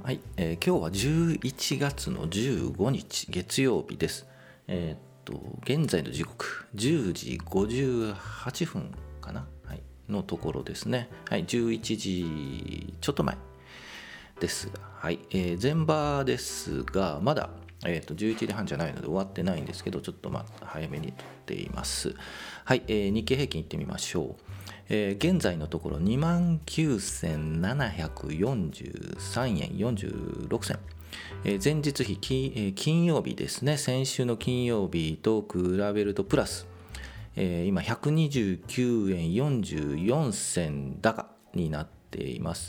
はい、今日は11月の15日月曜日です。現在の時刻10時58分かな、はい、のところですね。はい、11時ちょっと前ですが、はい、前場ですがまだ、11時半じゃないので終わってないんですけど、ちょっと早めに撮っています。はい、日経平均いってみましょう。現在のところ29,743円46銭、前日比、金曜日ですね、先週の金曜日と比べるとプラス、今129円44銭高になっています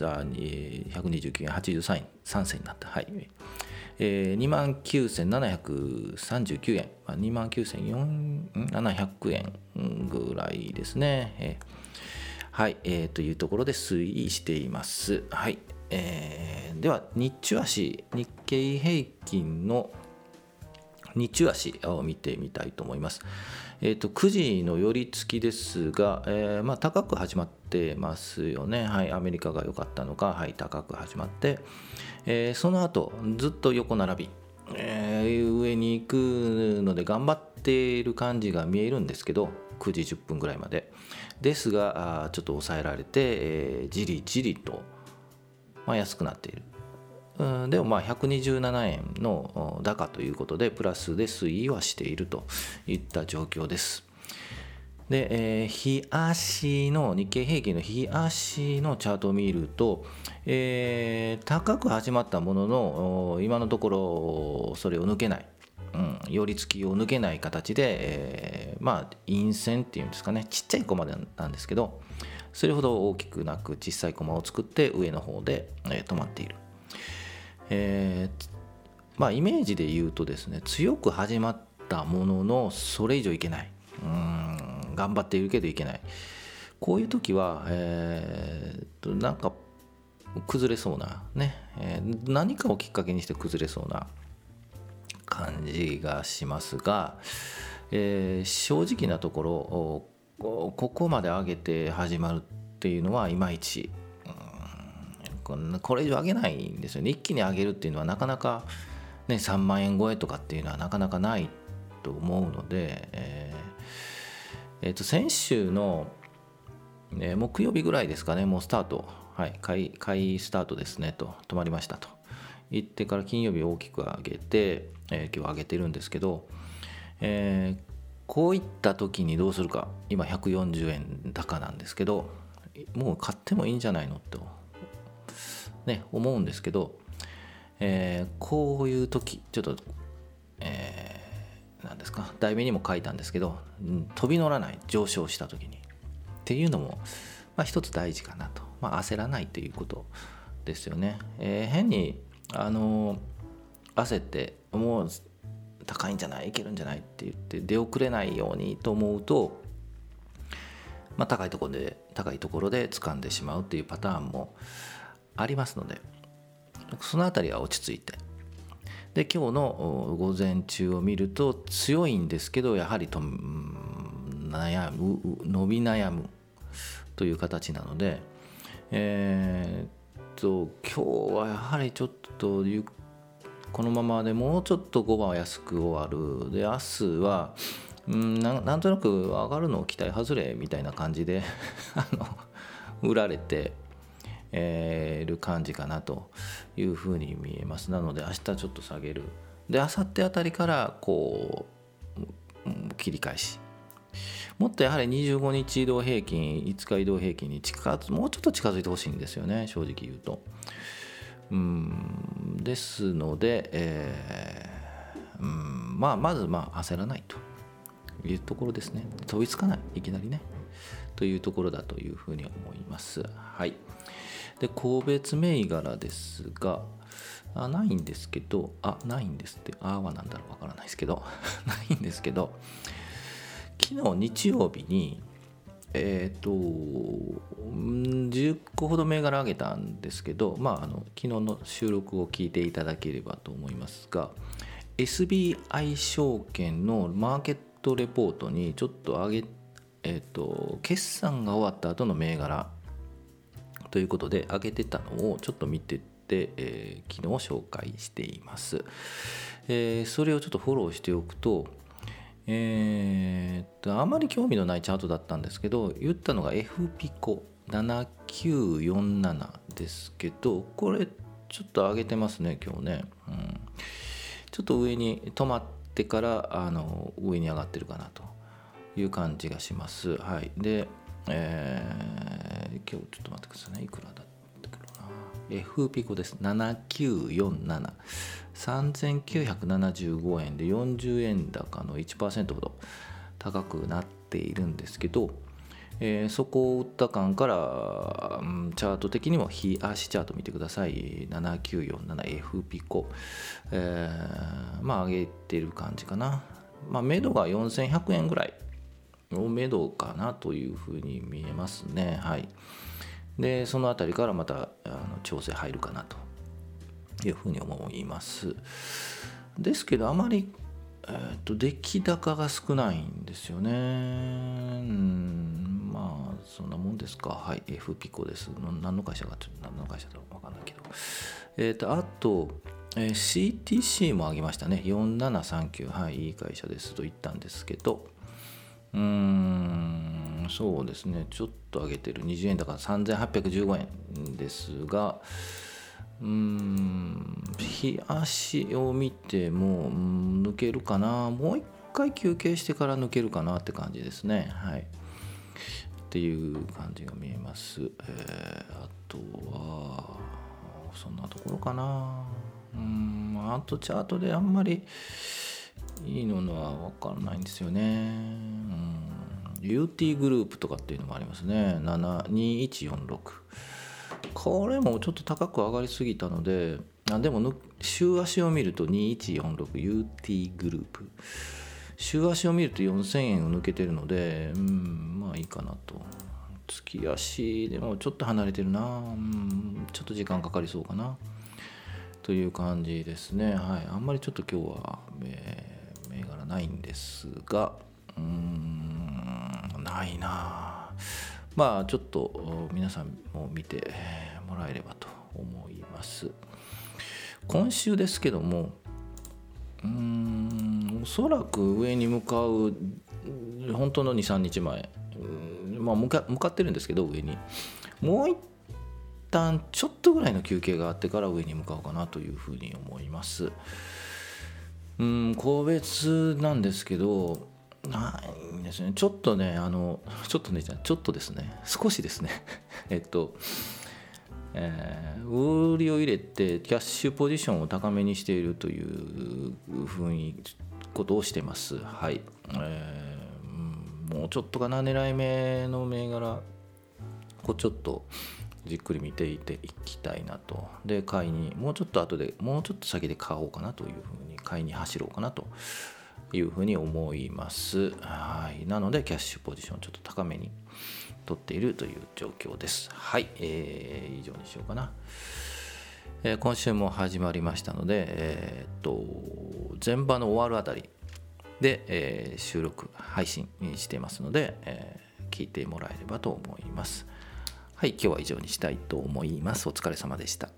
。129円83円3銭になった。はい、29,739円、29,700円ぐらいですね。はい、というところで推移しています。はい、では日経平均の日中足を見てみたいと思います。9時の寄り付きですが、高く始まってますよね。はい、アメリカが良かったのか、はい、高く始まって、その後ずっと横並び、上に行くので頑張っている感じが見えるんですけど、9時10分ぐらいまでですが、ちょっと抑えられて、じりじりと、安くなっている。でも127円の高ということでプラスで推移はしているといった状況です。で、日足の日経平均の日足のチャートを見ると、高く始まったものの今のところそれを抜けない、寄り付きを抜けない形で、陰線っていうんですかね、ちっちゃいコマなんですけど、それほど大きくなく小さいコマを作って上の方で、止まっている。イメージで言うとですね、強く始まったもののそれ以上いけない、頑張っているけどいけない、こういう時は、なんか崩れそうなね、何かをきっかけにして崩れそうな感じがしますが、正直なところここまで上げて始まるっていうのはいまいち、これ以上上げないんですよね。一気に上げるっていうのはなかなか、3万円超えとかっていうのはなかなかないと思うので、先週の、木曜日ぐらいですかね、もうスタート、はい、買いスタートですねと、止まりましたと言ってから金曜日大きく上げて、今日上げてるんですけど、こういった時にどうするか。今140円高なんですけど、もう買ってもいいんじゃないのと思うんですけど、こういう時ちょっと、何ですか、題名にも書いたんですけど、飛び乗らない、上昇した時にっていうのも、一つ大事かなと、焦らないということですよね。変に焦ってもう高いんじゃない、いけるんじゃないって言って出遅れないようにと思うと、高いところで掴んでしまうっていうパターンもありますので、そのあたりは落ち着いて、で今日の午前中を見ると強いんですけど、やはり伸び悩むという形なので、今日はやはりちょっとこのままでもうちょっと5番は安く終わる。で明日はなんとなく上がるのを期待外れみたいな感じで売られてる感じかなというふうに見えます。なので明日ちょっと下げる。で明後日あたりからこう切り返し、もっとやはり25日移動平均、5日移動平均にもうちょっと近づいてほしいんですよね、正直言うと。ですので、まず焦らないというところですね。飛びつかない、いきなりねというところだというふうに思います。はい。で個別銘柄ですが、ないんですけど、ないんですって、はなんだろう、わからないですけどないんですけど、昨日日曜日に10個ほど銘柄上げたんですけど、昨日の収録を聞いていただければと思いますが、 SBI 証券のマーケットレポートにちょっと決算が終わった後の銘柄ということで上げてたのをちょっと見てで、機能を紹介しています。それをちょっとフォローしておくと、あまり興味のないチャートだったんですけど、言ったのが F ピコ7947ですけど、これちょっと上げてますね今日ね、ちょっと上に止まってから上に上がってるかなという感じがします。はい。で、今日ちょっと待ってくださいね。いくらだったかな。F ピコです。7947。3975円で40円高の 1% ほど高くなっているんですけど、そこを打った感から、チャート的にも日足チャート見てください。 7947F ピコ、上げてる感じかな。目処が4100円ぐらいの目処かなというふうに見えますね。はい。でそのあたりからまた調整入るかなというふうに思います。ですけどあまり、出来高が少ないんですよね。そんなもんですか。はい。F ピコです。何の会社かちょっと何の会社だろう分かんないけど、あと、CTC も上げましたね。4739。はい。いい会社ですと言ったんですけど、そうですね。ちょっと上げてる20円だから3815円ですが、日足を見ても抜けるかな。もう一回休憩してから抜けるかなって感じですね。はい。っていう感じが見えます。あとはそんなところかな。あとチャートであんまりいいのは分からないんですよね。UT グループとかっていうのもありますね。2146。これもちょっと高く上がりすぎたので、でも週足を見ると 2146UT グループ。週足を見ると4000円を抜けてるので、いいかなと。月足でもちょっと離れてるな。ちょっと時間かかりそうかなという感じですね。はい。あんまりちょっと今日は銘柄ないんですが、ないな。ちょっと皆さんも見てもらえればと思います。今週ですけども、おそらく上に向かう本当の 2,3 日前、向かってるんですけど、上にもう一旦ちょっとぐらいの休憩があってから上に向かうかなというふうに思います。個別なんですけどないんですね。ちょっとですね、少しですね売りを入れてキャッシュポジションを高めにしているということをしてます。はい。もうちょっとかな、狙い目の銘柄ちょっとじっくり見ていきたいなと。で買いにもうちょっと先で買おうかなというふうに、買いに走ろうかなというふうに思います。はい。なのでキャッシュポジションちょっと高めに取っているという状況です。はい。以上にしようかな。今週も始まりましたので、前場の終わるあたりで、収録配信していますので、聞いてもらえればと思います。はい。今日は以上にしたいと思います。お疲れ様でした。